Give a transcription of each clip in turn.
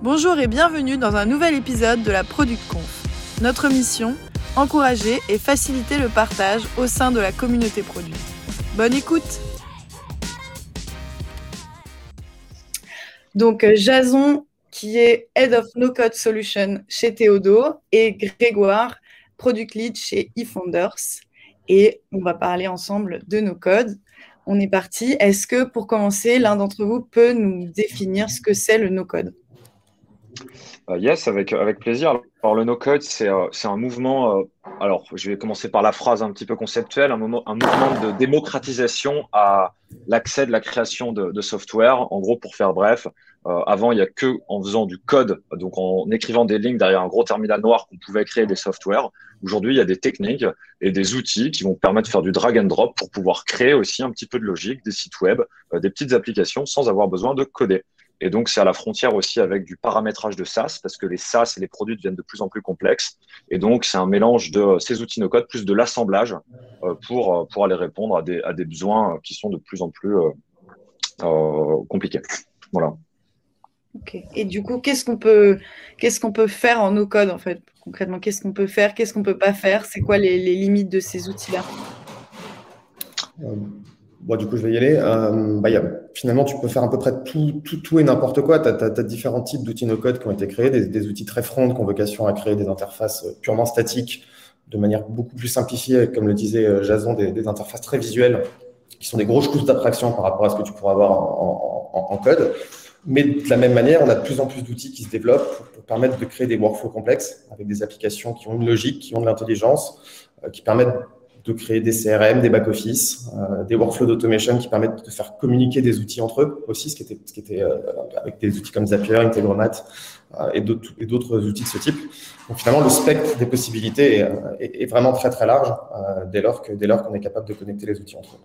Bonjour et bienvenue dans un nouvel épisode de la Product Conf. Notre mission, encourager et faciliter le partage au sein de la communauté produit. Bonne écoute! Donc Jason, qui est Head of No Code Solution chez Théodo, et Grégoire, Product Lead chez eFounders. Et on va parler ensemble de No Code. On est parti. Est-ce que, pour commencer, l'un d'entre vous peut nous définir ce que c'est le No Code? Yes, avec plaisir. Alors, le no-code, c'est un mouvement. Alors, je vais commencer par la phrase un petit peu conceptuelle, un mouvement de démocratisation à l'accès de la création de software. En gros, pour faire bref, avant, il n'y a que en faisant du code, donc en écrivant des lignes derrière un gros terminal noir qu'on pouvait créer des softwares. Aujourd'hui, il y a des techniques et des outils qui vont permettre de faire du drag and drop pour pouvoir créer aussi un petit peu de logique, des sites web, des petites applications sans avoir besoin de coder. Et donc, c'est à la frontière aussi avec du paramétrage de SaaS, parce que les SaaS et les produits deviennent de plus en plus complexes. Et donc, c'est un mélange de ces outils no-code plus de l'assemblage pour aller répondre à des besoins qui sont de plus en plus compliqués. Voilà. Ok. Et du coup, qu'est-ce qu'on peut faire en no-code, en fait, concrètement? Qu'est-ce qu'on peut faire? Qu'est-ce qu'on ne peut pas faire? C'est quoi les limites de ces outils-là? Bon, du coup, je vais y aller. Finalement, tu peux faire à peu près tout et n'importe quoi. Tu as différents types d'outils no-code qui ont été créés, des outils très front qui ont vocation à créer des interfaces purement statiques de manière beaucoup plus simplifiée, comme le disait Jason, des interfaces très visuelles qui sont des grosses couches d'abstraction par rapport à ce que tu pourras avoir en code. Mais de la même manière, on a de plus en plus d'outils qui se développent pour permettre de créer des workflows complexes avec des applications qui ont une logique, qui ont de l'intelligence, qui permettent de créer des CRM, des back-office, des workflows d'automation qui permettent de faire communiquer des outils entre eux aussi, ce qui était avec des outils comme Zapier, Integromat et d'autres outils de ce type. Donc finalement, le spectre des possibilités est vraiment très très large dès lors qu'on est capable de connecter les outils entre eux.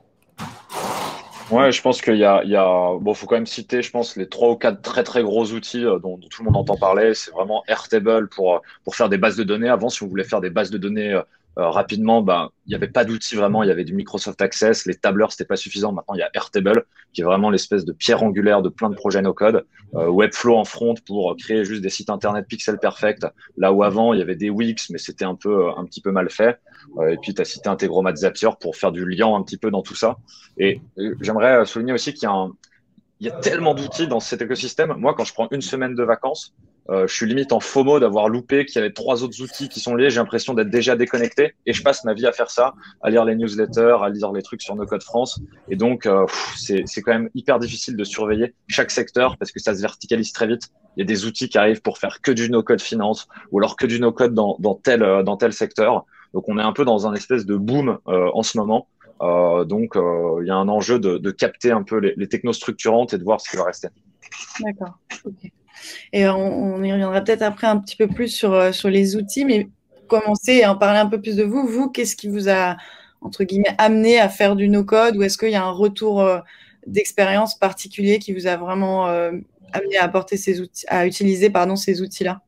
Ouais, je pense bon, faut quand même citer, je pense, les 3 ou 4 très très gros outils dont tout le monde entend parler. C'est vraiment Airtable pour faire des bases de données. Avant, si on voulait faire des bases de données rapidement, il n'y avait pas d'outils vraiment. Il y avait du Microsoft Access, les tableurs, c'était pas suffisant. Maintenant, il y a Airtable qui est vraiment l'espèce de pierre angulaire de plein de projets no code. Webflow en front pour créer juste des sites internet pixel perfect. Là où avant, il y avait des Wix, mais c'était un petit peu mal fait. Et puis, tu as cité Integromat, Zapier pour faire du lien un petit peu dans tout ça. Et j'aimerais souligner aussi il y a tellement d'outils dans cet écosystème. Moi, quand je prends une semaine de vacances, je suis limite en FOMO d'avoir loupé qu'il y avait 3 autres outils qui sont liés. J'ai l'impression d'être déjà déconnecté et je passe ma vie à faire ça, à lire les newsletters, à lire les trucs sur No Code France. Et donc, c'est quand même hyper difficile de surveiller chaque secteur parce que ça se verticalise très vite. Il y a des outils qui arrivent pour faire que du no code finance ou alors que du no code dans tel secteur. Donc, on est un peu dans un espèce de boom en ce moment. Donc, il y a un enjeu de capter un peu les technos structurantes et de voir ce qui va rester. D'accord. Ok. Et on y reviendra peut-être après un petit peu plus sur les outils, mais commencer à en parler un peu plus de vous. Vous, qu'est-ce qui vous a, entre guillemets, amené à faire du no-code, ou est-ce qu'il y a un retour d'expérience particulier qui vous a vraiment amené à apporter ces outils, à utiliser ces outils-là?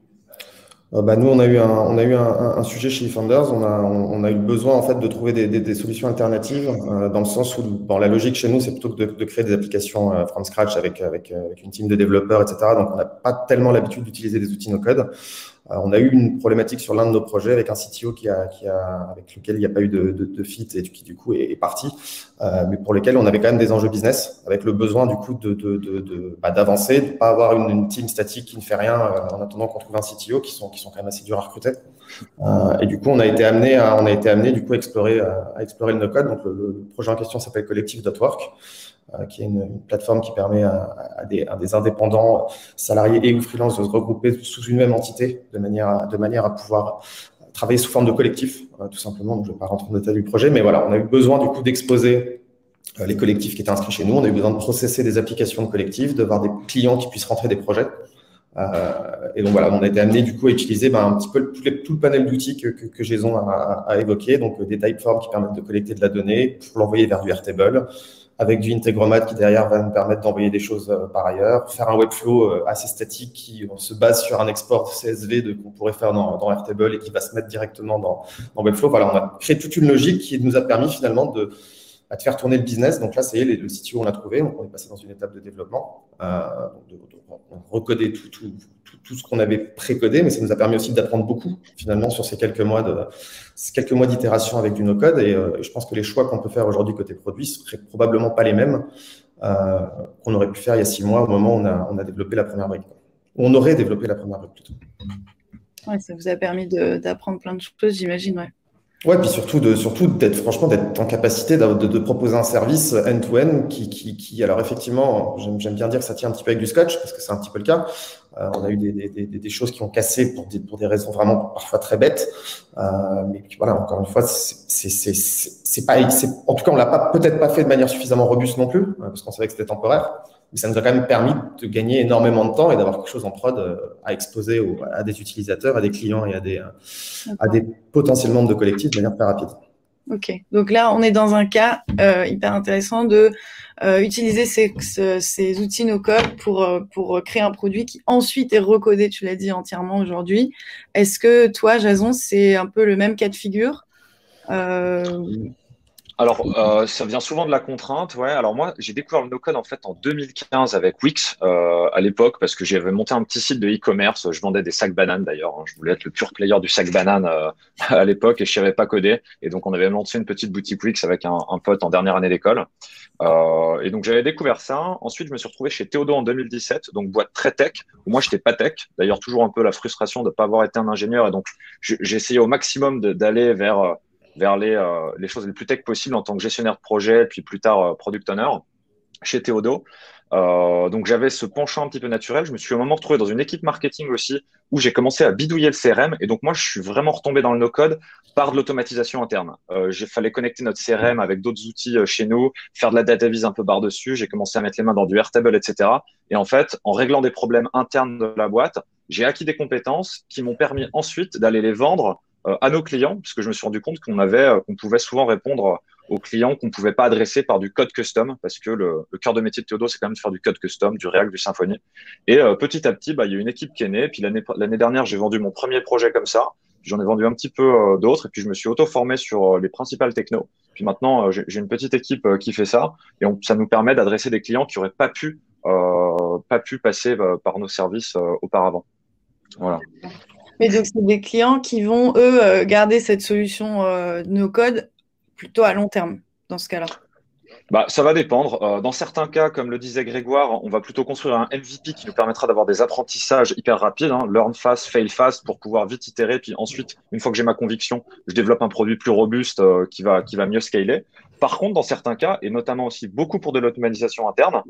Nous, on a eu un sujet chez eFounders. On a eu besoin en fait de trouver des solutions alternatives dans le sens où la logique chez nous, c'est plutôt que de créer des applications from scratch avec une team de développeurs, etc. Donc, on n'a pas tellement l'habitude d'utiliser des outils no-code. On a eu une problématique sur l'un de nos projets avec un CTO avec lequel il n'y a pas eu de fit et qui du coup est parti, mais pour lequel on avait quand même des enjeux business, avec le besoin du coup d'avancer, de ne pas avoir une team statique qui ne fait rien en attendant qu'on trouve un CTO qui sont quand même assez durs à recruter. Et du coup, on a été amené du coup à explorer le no-code. Donc le projet en question s'appelle Collective.work. Qui est une plateforme qui permet à des indépendants, salariés et ou freelance de se regrouper sous une même entité de manière à pouvoir travailler sous forme de collectif, tout simplement. Donc, je ne vais pas rentrer en détail du projet, mais voilà, on a eu besoin du coup d'exposer les collectifs qui étaient inscrits chez nous. On a eu besoin de processer des applications de collectifs, de voir des clients qui puissent rentrer des projets. Et donc voilà, on a été amené du coup à utiliser un petit peu tout le panel d'outils que Jason a évoqué, donc des typeforms qui permettent de collecter de la donnée pour l'envoyer vers du Airtable, avec du Integromat qui derrière va nous permettre d'envoyer des choses par ailleurs, faire un webflow assez statique qui se base sur un export CSV qu'on pourrait faire dans Airtable et qui va se mettre directement dans Webflow. Voilà, on a créé toute une logique qui nous a permis finalement te faire tourner le business. Donc là, c'est le CTO, on l'a trouvé. Donc, on est passé dans une étape de développement, de recoder tout ce qu'on avait pré-codé, mais ça nous a permis aussi d'apprendre beaucoup, finalement, sur ces quelques mois d'itération avec du no-code. Et je pense que les choix qu'on peut faire aujourd'hui côté produit ne seraient probablement pas les mêmes qu'on aurait pu faire il y a 6 mois, au moment où on a développé la première brique. On aurait développé la première brique, plutôt. Ouais, ça vous a permis d'apprendre plein de choses, j'imagine, ouais. Ouais, puis surtout d'être en capacité de proposer un service end-to-end qui alors effectivement, j'aime bien dire que ça tient un petit peu avec du scotch, parce que c'est un petit peu le cas. On a eu des choses qui ont cassé pour des raisons vraiment parfois très bêtes. Mais voilà, encore une fois, c'est pas, en tout cas, on l'a peut-être pas fait de manière suffisamment robuste non plus, parce qu'on savait que c'était temporaire. Mais ça nous a quand même permis de gagner énormément de temps et d'avoir quelque chose en prod à exposer à des utilisateurs, à des clients et à des potentiels membres de collectifs de manière très rapide. Ok, donc là, on est dans un cas hyper intéressant de utiliser ces outils no-code pour créer un produit qui ensuite est recodé, tu l'as dit, entièrement aujourd'hui. Est-ce que toi, Jason, c'est un peu le même cas de figure Alors, ça vient souvent de la contrainte, ouais. Alors moi, j'ai découvert le no-code en fait en 2015 avec Wix à l'époque parce que j'avais monté un petit site de e-commerce. Je vendais des sacs bananes d'ailleurs, hein. Je voulais être le pur player du sac banane à l'époque et je savais pas coder. Et donc on avait lancé une petite boutique Wix avec un pote en dernière année d'école. Et donc j'avais découvert ça. Ensuite, je me suis retrouvé chez Théodo en 2017, donc boîte très tech. Où moi, j'étais pas tech. D'ailleurs, toujours un peu la frustration de pas avoir été un ingénieur. Et donc j'ai essayé au maximum d'aller vers les choses les plus tech possibles en tant que gestionnaire de projet, puis plus tard product owner chez Théodo. Donc j'avais ce penchant un petit peu naturel. Je me suis au moment retrouvé dans une équipe marketing aussi où j'ai commencé à bidouiller le CRM. Et donc moi, je suis vraiment retombé dans le no-code par de l'automatisation interne. Il fallait connecter notre CRM avec d'autres outils chez nous, faire de la data vise un peu par-dessus. J'ai commencé à mettre les mains dans du Airtable, etc. Et en fait, en réglant des problèmes internes de la boîte, j'ai acquis des compétences qui m'ont permis ensuite d'aller les vendre à nos clients, puisque je me suis rendu compte qu'on pouvait souvent répondre aux clients qu'on ne pouvait pas adresser par du code custom, parce que le cœur de métier de Théodo, c'est quand même de faire du code custom, du React, du Symfony. Et petit à petit, il y a une équipe qui est née. Puis l'année dernière, j'ai vendu mon premier projet comme ça. J'en ai vendu un petit peu d'autres. Et puis je me suis auto-formé sur les principales technos. Puis maintenant, j'ai une petite équipe qui fait ça. Et ça nous permet d'adresser des clients qui n'auraient pas pu passer par nos services auparavant. Voilà. Mais donc, c'est des clients qui vont, eux, garder cette solution no-code plutôt à long terme, dans ce cas-là. Ça va dépendre. Dans certains cas, comme le disait Grégoire, on va plutôt construire un MVP qui nous permettra d'avoir des apprentissages hyper rapides, hein, learn fast, fail fast, pour pouvoir vite itérer. Puis ensuite, une fois que j'ai ma conviction, je développe un produit plus robuste qui va mieux scaler. Par contre, dans certains cas, et notamment aussi beaucoup pour de l'automatisation interne,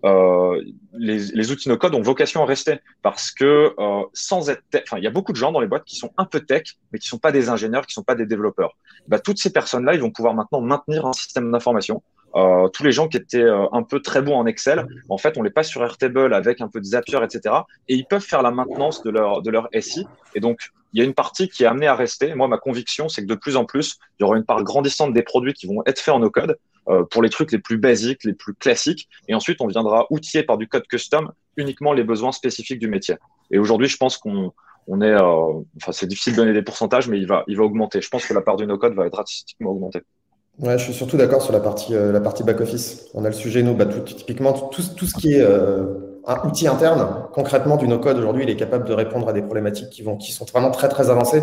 les outils no-code ont vocation à rester parce que sans être il y a beaucoup de gens dans les boîtes qui sont un peu tech, mais qui sont pas des ingénieurs, qui sont pas des développeurs. Toutes ces personnes-là, ils vont pouvoir maintenant maintenir un système d'information. Tous les gens qui étaient un peu très bons en Excel, en fait, on les passe sur Airtable avec un peu de Zapier, etc. Et ils peuvent faire la maintenance de leur SI. Et donc, il y a une partie qui est amenée à rester. Moi, ma conviction, c'est que de plus en plus, il y aura une part grandissante des produits qui vont être faits en no-code pour les trucs les plus basiques, les plus classiques. Et ensuite, on viendra outiller par du code custom uniquement les besoins spécifiques du métier. Et aujourd'hui, je pense qu'on est, c'est difficile de donner des pourcentages, mais il va augmenter. Je pense que la part du no-code va être drastiquement augmentée. Ouais, je suis surtout d'accord sur la partie back-office. On a le sujet, nous, typiquement, tout ce qui est un outil interne. Concrètement, du no-code, aujourd'hui, il est capable de répondre à des problématiques qui sont vraiment très, très avancées.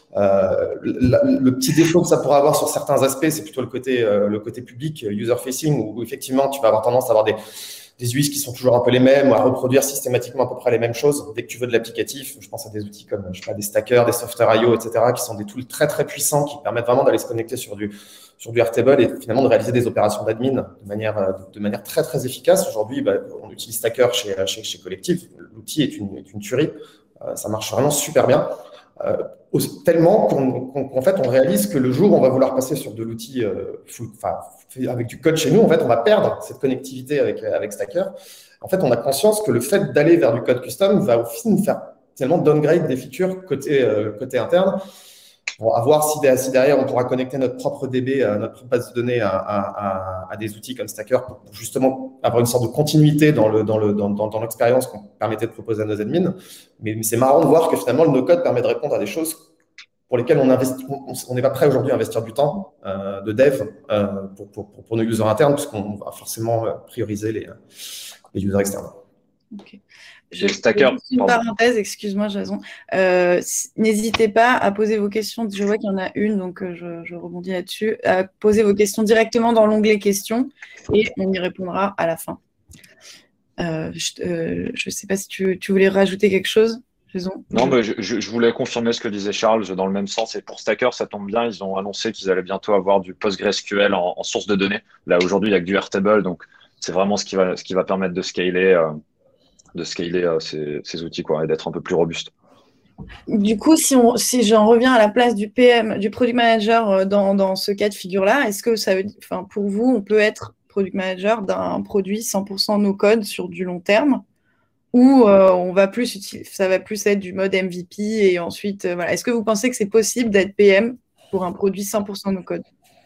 Le petit défaut que ça pourrait avoir sur certains aspects, c'est plutôt le côté public, user-facing, où effectivement, tu vas avoir tendance à avoir des UI qui sont toujours un peu les mêmes, à reproduire systématiquement à peu près les mêmes choses. Dès que tu veux de l'applicatif, je pense à des outils comme des stackers, des software.io, etc., qui sont des tools très, très puissants qui permettent vraiment d'aller se connecter sur du Airtable et finalement de réaliser des opérations d'admin de manière très, très efficace. Aujourd'hui, on utilise Stacker chez Collectif. L'outil est une tuerie. Ça marche vraiment super bien. Tellement qu'en fait, on réalise que le jour où on va vouloir passer sur de l'outil avec du code chez nous, en fait, on va perdre cette connectivité avec Stacker. En fait, on a conscience que le fait d'aller vers du code custom va aussi nous faire tellement downgrade des features côté interne. Pour voir si derrière, on pourra connecter notre propre DB, notre propre base de données à des outils comme Stacker pour justement avoir une sorte de continuité dans l'expérience qu'on permettait de proposer à nos admins. Mais c'est marrant de voir que finalement, le no-code permet de répondre à des choses pour lesquels on n'est pas prêt aujourd'hui à investir du temps de dev pour nos users internes, puisqu'on va forcément prioriser les users externes. Ok. Stacker, juste une parenthèse, excuse-moi Jason. N'hésitez pas à poser vos questions. Je vois qu'il y en a une, donc je rebondis là-dessus. À poser vos questions directement dans l'onglet questions et on y répondra à la fin. Je ne sais pas si tu voulais rajouter quelque chose, Jason. Non, mais je voulais confirmer ce que disait Charles dans le même sens. Et pour Stacker, ça tombe bien. Ils ont annoncé qu'ils allaient bientôt avoir du PostgreSQL en source de données. Là, aujourd'hui, il n'y a que du Airtable. Donc, c'est vraiment ce qui va permettre de scaler ces outils, quoi, et d'être un peu plus robuste. Du coup, si j'en reviens à la place du PM, du Product Manager dans ce cas de figure-là, est-ce que ça veut dire, pour vous, on peut être Product Manager d'un produit 100% no-code sur du long terme, ou ça va plus être du mode MVP et ensuite, voilà. Est-ce que vous pensez que c'est possible d'être PM pour un produit 100% no-code?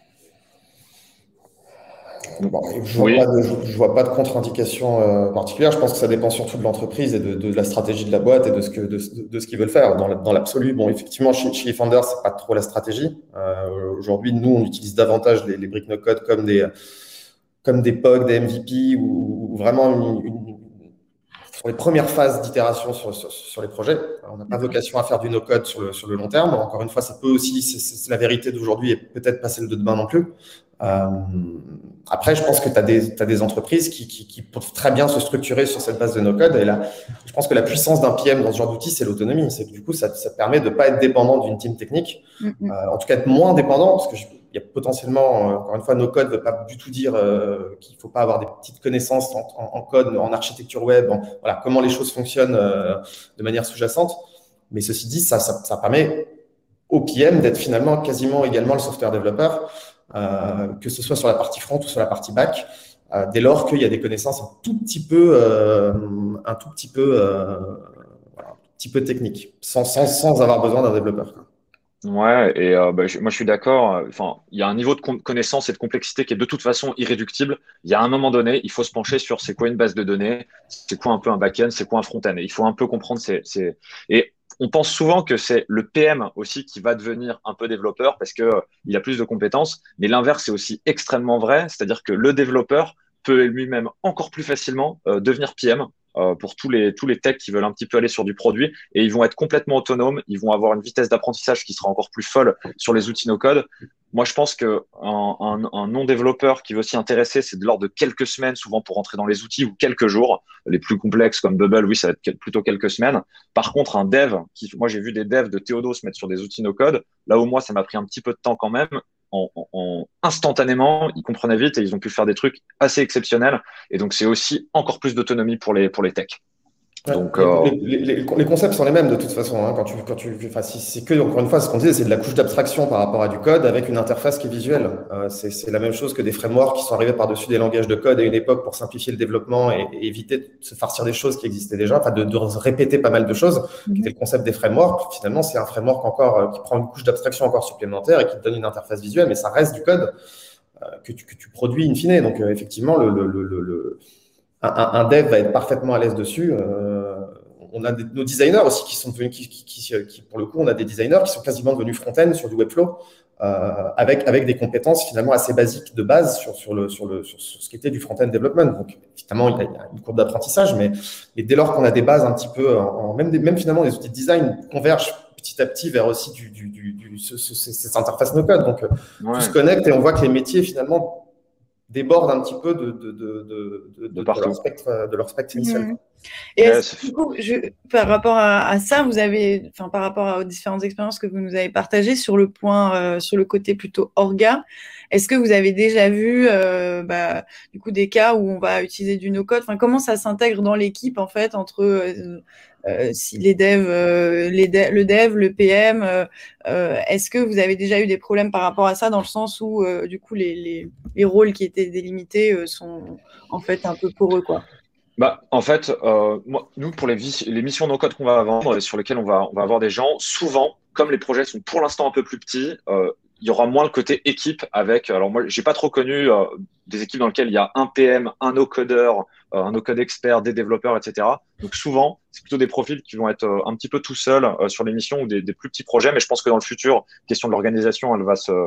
Bon, je vois pas de contre-indication particulière. Je pense que ça dépend surtout de l'entreprise et de la stratégie de la boîte et de ce qu'ils veulent faire. Dans l'absolu, bon, effectivement, chez eFounders, c'est pas trop la stratégie. Aujourd'hui, nous, on utilise davantage les briques no-code comme des POC, des MVP ou vraiment sur les premières phases d'itération sur les projets. On n'a pas vocation à faire du no-code sur le long terme. Encore une fois, ça peut aussi, c'est la vérité d'aujourd'hui et peut-être pas celle de demain non plus. Après, je pense que tu as des entreprises qui peuvent très bien se structurer sur cette base de no-code. Et là, je pense que la puissance d'un PM dans ce genre d'outil, c'est l'autonomie. C'est que du coup, ça permet de ne pas être dépendant d'une team technique. En tout cas, être moins dépendant, parce que il y a potentiellement, encore une fois, no-code ne veut pas du tout dire qu'il ne faut pas avoir des petites connaissances en code, en architecture web, voilà, comment les choses fonctionnent de manière sous-jacente. Mais ceci dit, ça permet au PM d'être finalement quasiment également le software développeur, que ce soit sur la partie front ou sur la partie back, dès lors qu'il y a des connaissances un tout petit peu techniques, sans avoir besoin d'un développeur. Ouais, et moi je suis d'accord. Enfin, il y a un niveau de connaissance et de complexité qui est de toute façon irréductible. Il y a un moment donné, il faut se pencher sur c'est quoi une base de données, c'est quoi un peu un back-end, c'est quoi un front-end. Et il faut un peu comprendre et on pense souvent que c'est le PM aussi qui va devenir un peu développeur parce que il a plus de compétences. Mais l'inverse est aussi extrêmement vrai, c'est-à-dire que le développeur peut lui-même encore plus facilement devenir PM. Pour tous les techs qui veulent un petit peu aller sur du produit et ils vont être complètement autonomes, ils vont avoir une vitesse d'apprentissage qui sera encore plus folle sur les outils no-code. Moi, je pense que un non-développeur qui veut s'y intéresser, c'est de l'ordre de quelques semaines, souvent pour rentrer dans les outils, ou quelques jours. Les plus complexes comme Bubble, oui, ça va être plutôt quelques semaines. Par contre, un dev, moi j'ai vu des devs de Théodo se mettre sur des outils no-code. Là où moi, ça m'a pris un petit peu de temps quand même. Instantanément, ils comprenaient vite et ils ont pu faire des trucs assez exceptionnels. Et donc, c'est aussi encore plus d'autonomie pour les techs. Donc, les concepts sont les mêmes de toute façon. Hein, si c'est que, encore une fois, ce qu'on disait, c'est de la couche d'abstraction par rapport à du code avec une interface qui est visuelle. C'est la même chose que des frameworks qui sont arrivés par-dessus des langages de code à une époque pour simplifier le développement et éviter de se farcir des choses qui existaient déjà, enfin de répéter pas mal de choses, qui était le concept des frameworks. Finalement, c'est un framework encore qui prend une couche d'abstraction encore supplémentaire et qui te donne une interface visuelle, mais ça reste du code que tu produis in fine. Donc, effectivement, un dev va être parfaitement à l'aise dessus. On a nos designers aussi qui sont devenus, qui, pour le coup, on a des designers qui sont quasiment devenus front-end sur du Webflow, avec des compétences finalement assez basiques de base sur ce qui était du front-end development. Donc, évidemment, il y a une courbe d'apprentissage, mais dès lors qu'on a des bases un petit peu, même finalement, les outils de design convergent petit à petit vers aussi ces interfaces no-code. Donc, tout se connecte et on voit que les métiers finalement débordent un petit peu de leur spectre initial. Et du coup, par rapport à ça, par rapport aux différentes expériences que vous nous avez partagées sur le point, sur le côté plutôt orga, est-ce que vous avez déjà vu du coup des cas où on va utiliser du no-code? Enfin, comment ça s'intègre dans l'équipe en fait entre si le dev, le PM, est-ce que vous avez déjà eu des problèmes par rapport à ça dans le sens où du coup les rôles qui étaient délimités sont en fait un peu poreux quoi? En fait, nous, pour les missions no-code qu'on va vendre et sur lesquelles on va avoir des gens, souvent, comme les projets sont pour l'instant un peu plus petits, il y aura moins le côté équipe avec. Alors moi, j'ai pas trop connu des équipes dans lesquelles il y a un PM, un no-codeur, un no-code expert, des développeurs, etc. Donc souvent, c'est plutôt des profils qui vont être un petit peu tout seuls sur les missions ou des plus petits projets. Mais je pense que dans le futur, question de l'organisation,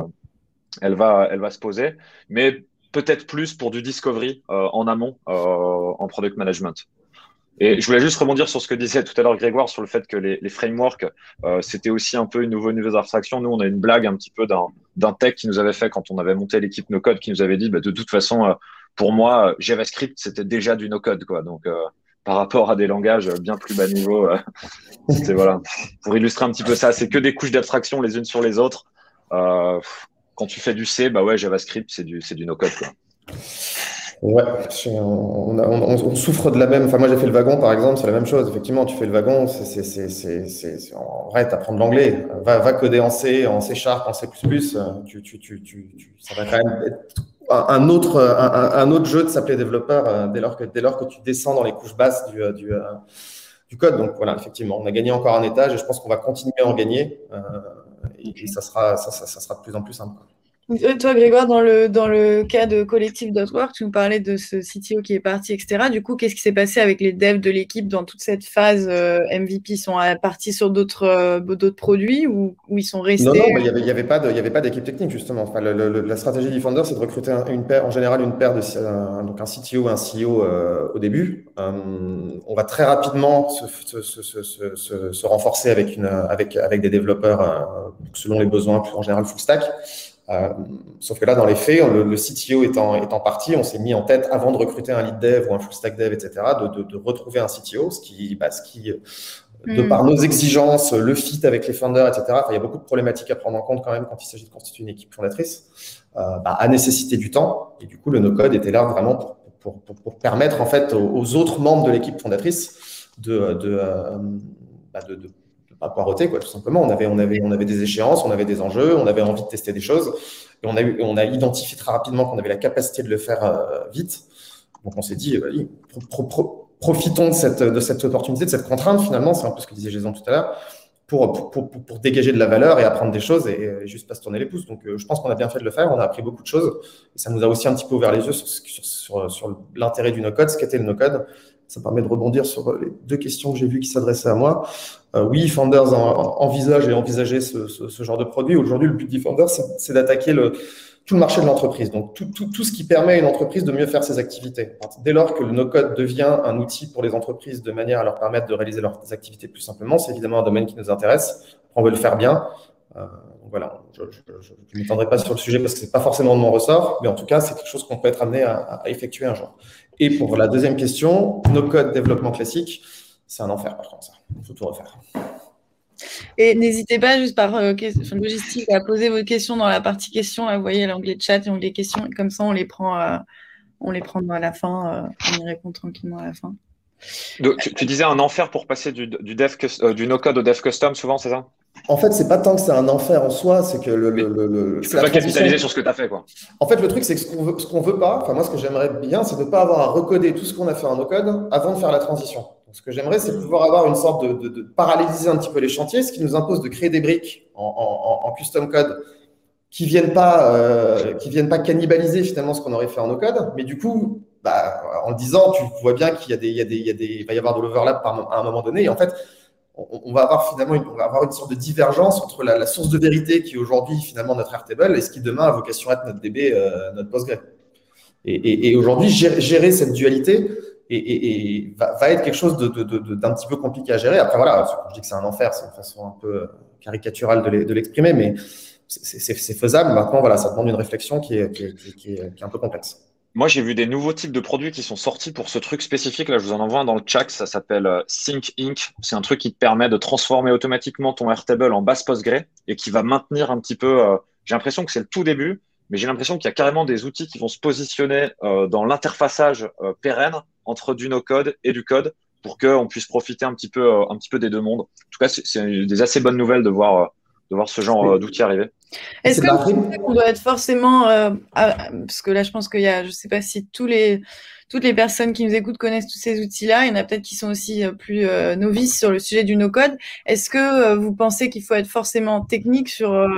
elle va se poser. Mais peut-être plus pour du discovery en amont, en product management. Et je voulais juste rebondir sur ce que disait tout à l'heure Grégoire sur le fait que les frameworks, c'était aussi un peu une nouveau niveau d'abstraction. Nous, on a une blague un petit peu d'un tech qui nous avait fait quand on avait monté l'équipe no-code, qui nous avait dit, bah, de toute façon, pour moi, JavaScript, c'était déjà du no-code, quoi. Donc, par rapport à des langages bien plus bas niveau, c'était voilà. Pour illustrer un petit peu ça, c'est que des couches d'abstraction les unes sur les autres. Quand tu fais du C, bah ouais, JavaScript, c'est du no-code, quoi. Ouais, on souffre de la même. Enfin, moi, j'ai fait le wagon, par exemple, c'est la même chose. Effectivement, tu fais le wagon, en vrai, t'apprends de l'anglais. Va coder en C, en C Sharp, en C++. Ça va quand même être un autre jeu de s'appeler développeur dès lors que tu descends dans les couches basses du code. Donc voilà, effectivement, on a gagné encore un étage et je pense qu'on va continuer à en gagner. Et ça sera de plus en plus simple. Toi, Grégoire, dans le cas de Collective.work, tu nous parlais de ce CTO qui est parti, etc. Du coup, qu'est-ce qui s'est passé avec les devs de l'équipe dans toute cette phase MVP? Ils sont partis sur d'autres produits ou ils sont restés? Non, il y avait pas d'équipe technique, justement. Enfin, la stratégie d'eFounders, c'est de recruter en général une paire donc un CTO et un CEO au début. On va très rapidement se renforcer avec des développeurs selon les besoins, en général full stack. Sauf que là, dans les faits, le CTO étant parti, on s'est mis en tête, avant de recruter un lead dev ou un full stack dev, etc., de retrouver un CTO, ce qui de par nos exigences, le fit avec les founders, etc., il y a beaucoup de problématiques à prendre en compte quand même quand il s'agit de constituer une équipe fondatrice, a nécessité du temps. Et du coup, le no-code était là vraiment pour permettre en fait aux autres membres de l'équipe fondatrice de pas poireauter, quoi, tout simplement. On avait des échéances, on avait des enjeux, on avait envie de tester des choses. Et on a identifié très rapidement qu'on avait la capacité de le faire vite. Donc, on s'est dit, profitons de cette opportunité, de cette contrainte, finalement. C'est un peu ce que disait Jason tout à l'heure, pour dégager de la valeur et apprendre des choses et juste pas se tourner les pouces. Donc, je pense qu'on a bien fait de le faire. On a appris beaucoup de choses. Et ça nous a aussi un petit peu ouvert les yeux sur l'intérêt du no-code, ce qu'était le no-code. Ça permet de rebondir sur les deux questions que j'ai vues qui s'adressaient à moi. Oui, Founders envisageait ce genre de produit. Aujourd'hui, le but d'eFounders, c'est d'attaquer tout le marché de l'entreprise. Donc, tout ce qui permet à une entreprise de mieux faire ses activités. Dès lors que le no-code devient un outil pour les entreprises de manière à leur permettre de réaliser leurs activités plus simplement, c'est évidemment un domaine qui nous intéresse. On veut le faire bien. Voilà, je ne m'étendrai pas sur le sujet parce que ce n'est pas forcément de mon ressort, mais en tout cas, c'est quelque chose qu'on peut être amené à effectuer un jour. Et pour la deuxième question, no-code développement classique, c'est un enfer par contre, ça. Il faut tout refaire. Et n'hésitez pas, juste par logistique, à poser vos questions dans la partie questions. Là, vous voyez l'onglet chat et l'onglet questions. Et comme ça, on les prend à la fin. On y répond tranquillement à la fin. Donc, tu disais un enfer pour passer du no-code au dev custom, souvent, c'est ça? En fait, c'est pas tant que c'est un enfer en soi, c'est que tu peux pas capitaliser sur ce que tu as fait, quoi. En fait, le truc, c'est que ce qu'on veut pas, enfin moi, ce que j'aimerais bien, c'est de ne pas avoir à recoder tout ce qu'on a fait en no-code avant de faire la transition. Donc, ce que j'aimerais, c'est pouvoir avoir une sorte de paralléliser un petit peu les chantiers, ce qui nous impose de créer des briques en custom code qui viennent pas cannibaliser finalement ce qu'on aurait fait en no-code, mais du coup, en le disant, tu vois bien qu'il il va y avoir de l'overlap à un moment donné, et en fait, on va avoir finalement une sorte de divergence entre la source de vérité qui est aujourd'hui finalement notre Airtable et ce qui demain a vocation à être notre DB, notre Postgre. Et aujourd'hui, gérer cette dualité va être quelque chose d'un petit peu compliqué à gérer. Après, voilà, je dis que c'est un enfer, c'est une façon un peu caricaturale de l'exprimer, mais c'est faisable. Maintenant, voilà, ça demande une réflexion qui est un peu complexe. Moi, j'ai vu des nouveaux types de produits qui sont sortis pour ce truc spécifique. Là, je vous en envoie un dans le chat. Ça s'appelle Sync Inc. C'est un truc qui te permet de transformer automatiquement ton Airtable en base Postgre et qui va maintenir un petit peu. J'ai l'impression que c'est le tout début, mais j'ai l'impression qu'il y a carrément des outils qui vont se positionner dans l'interfaçage pérenne entre du no-code et du code pour qu'on puisse profiter un petit peu des deux mondes. En tout cas, c'est des assez bonnes nouvelles de voir ce genre d'outils arriver. Est-ce qu'on doit être forcément, parce que là je pense qu'il y a, je ne sais pas si toutes les personnes qui nous écoutent connaissent tous ces outils-là, il y en a peut-être qui sont aussi plus novices sur le sujet du no-code. Est-ce que vous pensez qu'il faut être forcément technique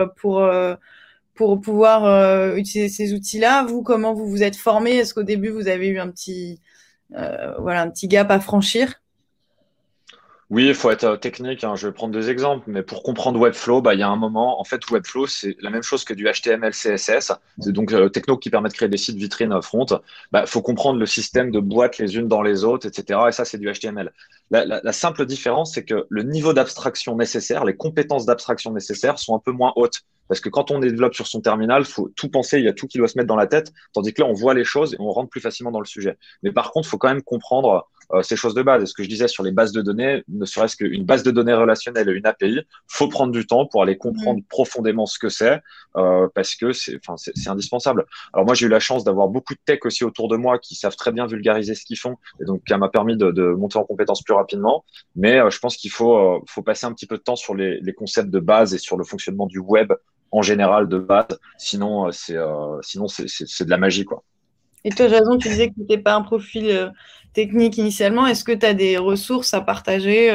pour pouvoir utiliser ces outils-là? Vous, comment vous vous êtes formé? Est-ce qu'au début vous avez eu un petit voilà, un petit gap à franchir? Oui, il faut être technique, hein. Je vais prendre deux exemples, mais pour comprendre Webflow, bah, il y a un moment, en fait, Webflow, c'est la même chose que du HTML, CSS. C'est donc techno qui permet de créer des sites vitrines front. Bah, faut comprendre le système de boîtes les unes dans les autres, etc. Et ça, c'est du HTML. La simple différence, c'est que le niveau d'abstraction nécessaire, les compétences d'abstraction nécessaires sont un peu moins hautes. Parce que quand on développe sur son terminal, faut tout penser, il y a tout qui doit se mettre dans la tête, tandis que là, on voit les choses et on rentre plus facilement dans le sujet. Mais par contre, il faut quand même comprendre ces choses de base. Et ce que je disais sur les bases de données, ne serait-ce qu'une base de données relationnelle et une API, faut prendre du temps pour aller comprendre profondément ce que c'est, parce que c'est indispensable. Alors moi, j'ai eu la chance d'avoir beaucoup de tech aussi autour de moi qui savent très bien vulgariser ce qu'ils font, et donc ça m'a permis de monter en compétences plus rapidement. Mais je pense qu'il faut passer un petit peu de temps sur les concepts de base et sur le fonctionnement du web en général de base. Sinon, c'est de la magie, quoi. Et toi, Jason, tu disais que tu n'étais pas un profil technique initialement. Est-ce que tu as des ressources à partager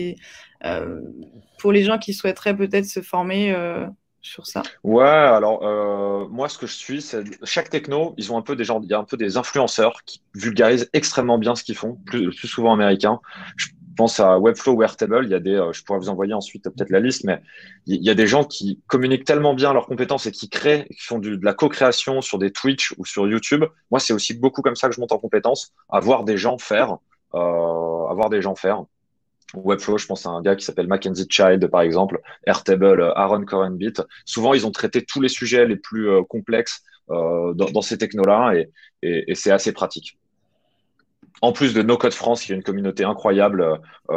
pour les gens qui souhaiteraient peut-être se former sur ça? Ouais, alors moi ce que je suis, c'est chaque techno, ils ont un peu des gens, il y a un peu des influenceurs qui vulgarisent extrêmement bien ce qu'ils font, le plus souvent américains. Je pense à Webflow ou Airtable, il y a je pourrais vous envoyer ensuite peut-être la liste, mais il y a des gens qui communiquent tellement bien leurs compétences et qui créent, qui font de la co-création sur des Twitch ou sur YouTube. Moi, c'est aussi beaucoup comme ça que je monte en compétences, à voir des gens faire, à voir des gens faire. Webflow, je pense à un gars qui s'appelle Mackenzie Child, par exemple, Airtable, Aaron Corenbit. Souvent, ils ont traité tous les sujets les plus complexes dans ces technos-là et c'est assez pratique. En plus de No Code France, qui est une communauté incroyable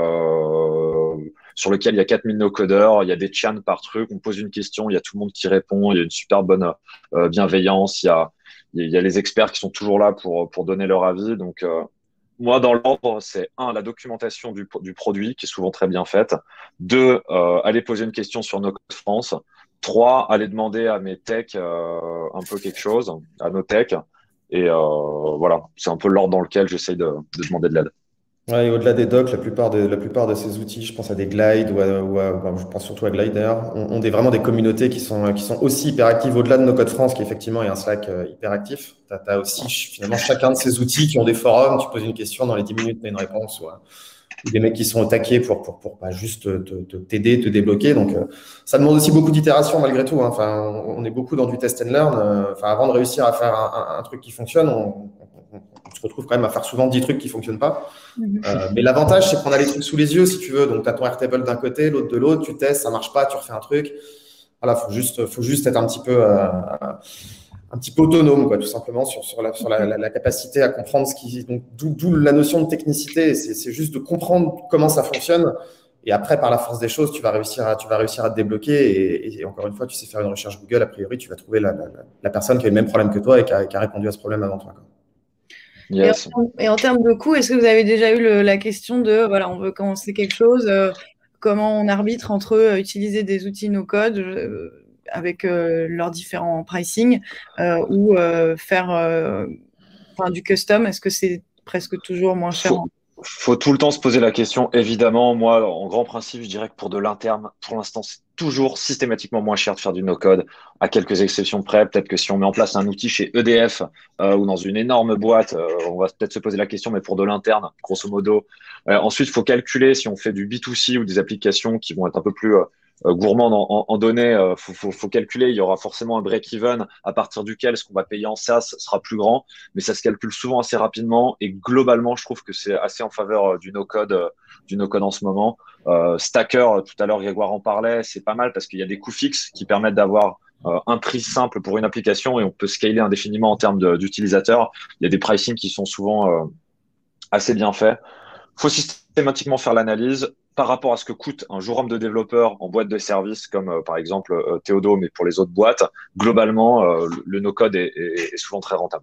sur lequel il y a 4000 no-codeurs, il y a des chans par truc, on pose une question, il y a tout le monde qui répond, il y a une super bonne bienveillance, il y a les experts qui sont toujours là pour donner leur avis. Donc, moi, dans l'ordre, c'est un, la documentation du produit, qui est souvent très bien faite. Deux, aller poser une question sur No Code France. Trois, aller demander à mes techs un peu quelque chose, à nos techs. Et voilà, c'est un peu l'ordre dans lequel j'essaye de demander de l'aide. Ouais, et au-delà des docs, la plupart de ces outils, je pense à des Glide je pense surtout à Glider, ont vraiment des communautés qui sont aussi hyper actives au-delà de No Code France, qui effectivement est un Slack hyper actif. Tu as aussi finalement chacun de ces outils qui ont des forums, tu poses une question, dans les 10 minutes, tu as une réponse, ou des mecs qui sont au taquet pour pas juste t'aider, te débloquer. Donc, ça demande aussi beaucoup d'itération malgré tout, hein. Enfin, on est beaucoup dans du test and learn. Enfin, avant de réussir à faire un truc qui fonctionne, on se retrouve quand même à faire souvent 10 trucs qui fonctionnent pas. Mais l'avantage, c'est qu'on a les trucs sous les yeux, si tu veux. Donc, tu as ton Airtable d'un côté, l'autre de l'autre, tu testes, ça marche pas, tu refais un truc. Voilà, faut juste être un petit peu autonome, quoi, tout simplement, sur la capacité à comprendre donc, d'où la notion de technicité. C'est juste de comprendre comment ça fonctionne. Et après, par la force des choses, tu vas réussir à te débloquer. Et encore une fois, tu sais faire une recherche Google, a priori, tu vas trouver la personne qui a le même problème que toi et qui a répondu à ce problème avant toi, quoi. Yes. Et en termes de coût, est-ce que vous avez déjà eu la question de, voilà, on veut commencer quelque chose, comment on arbitre entre utiliser des outils no-code avec leurs différents pricing ou faire du custom? Est-ce que c'est presque toujours moins cher? Faut tout le temps se poser la question. Évidemment, moi, en grand principe, je dirais que pour de l'interne, pour l'instant, c'est toujours systématiquement moins cher de faire du no-code, à quelques exceptions près. Peut-être que si on met en place un outil chez EDF ou dans une énorme boîte, on va peut-être se poser la question, mais pour de l'interne, grosso modo. Ensuite, il faut calculer si on fait du B2C ou des applications qui vont être un peu plus gourmandes en données. Faut calculer, il y aura forcément un break-even à partir duquel ce qu'on va payer en SaaS sera plus grand, mais ça se calcule souvent assez rapidement et globalement, je trouve que c'est assez en faveur du no-code en ce moment. Stacker, tout à l'heure, Grégoire en parlait, c'est pas mal parce qu'il y a des coûts fixes qui permettent d'avoir un prix simple pour une application et on peut scaler indéfiniment en termes d'utilisateurs. Il y a des pricing qui sont souvent assez bien faits. Il faut systématiquement faire l'analyse par rapport à ce que coûte un jour homme de développeur en boîte de service, comme par exemple Théodo, mais pour les autres boîtes. Globalement, le no-code est souvent très rentable.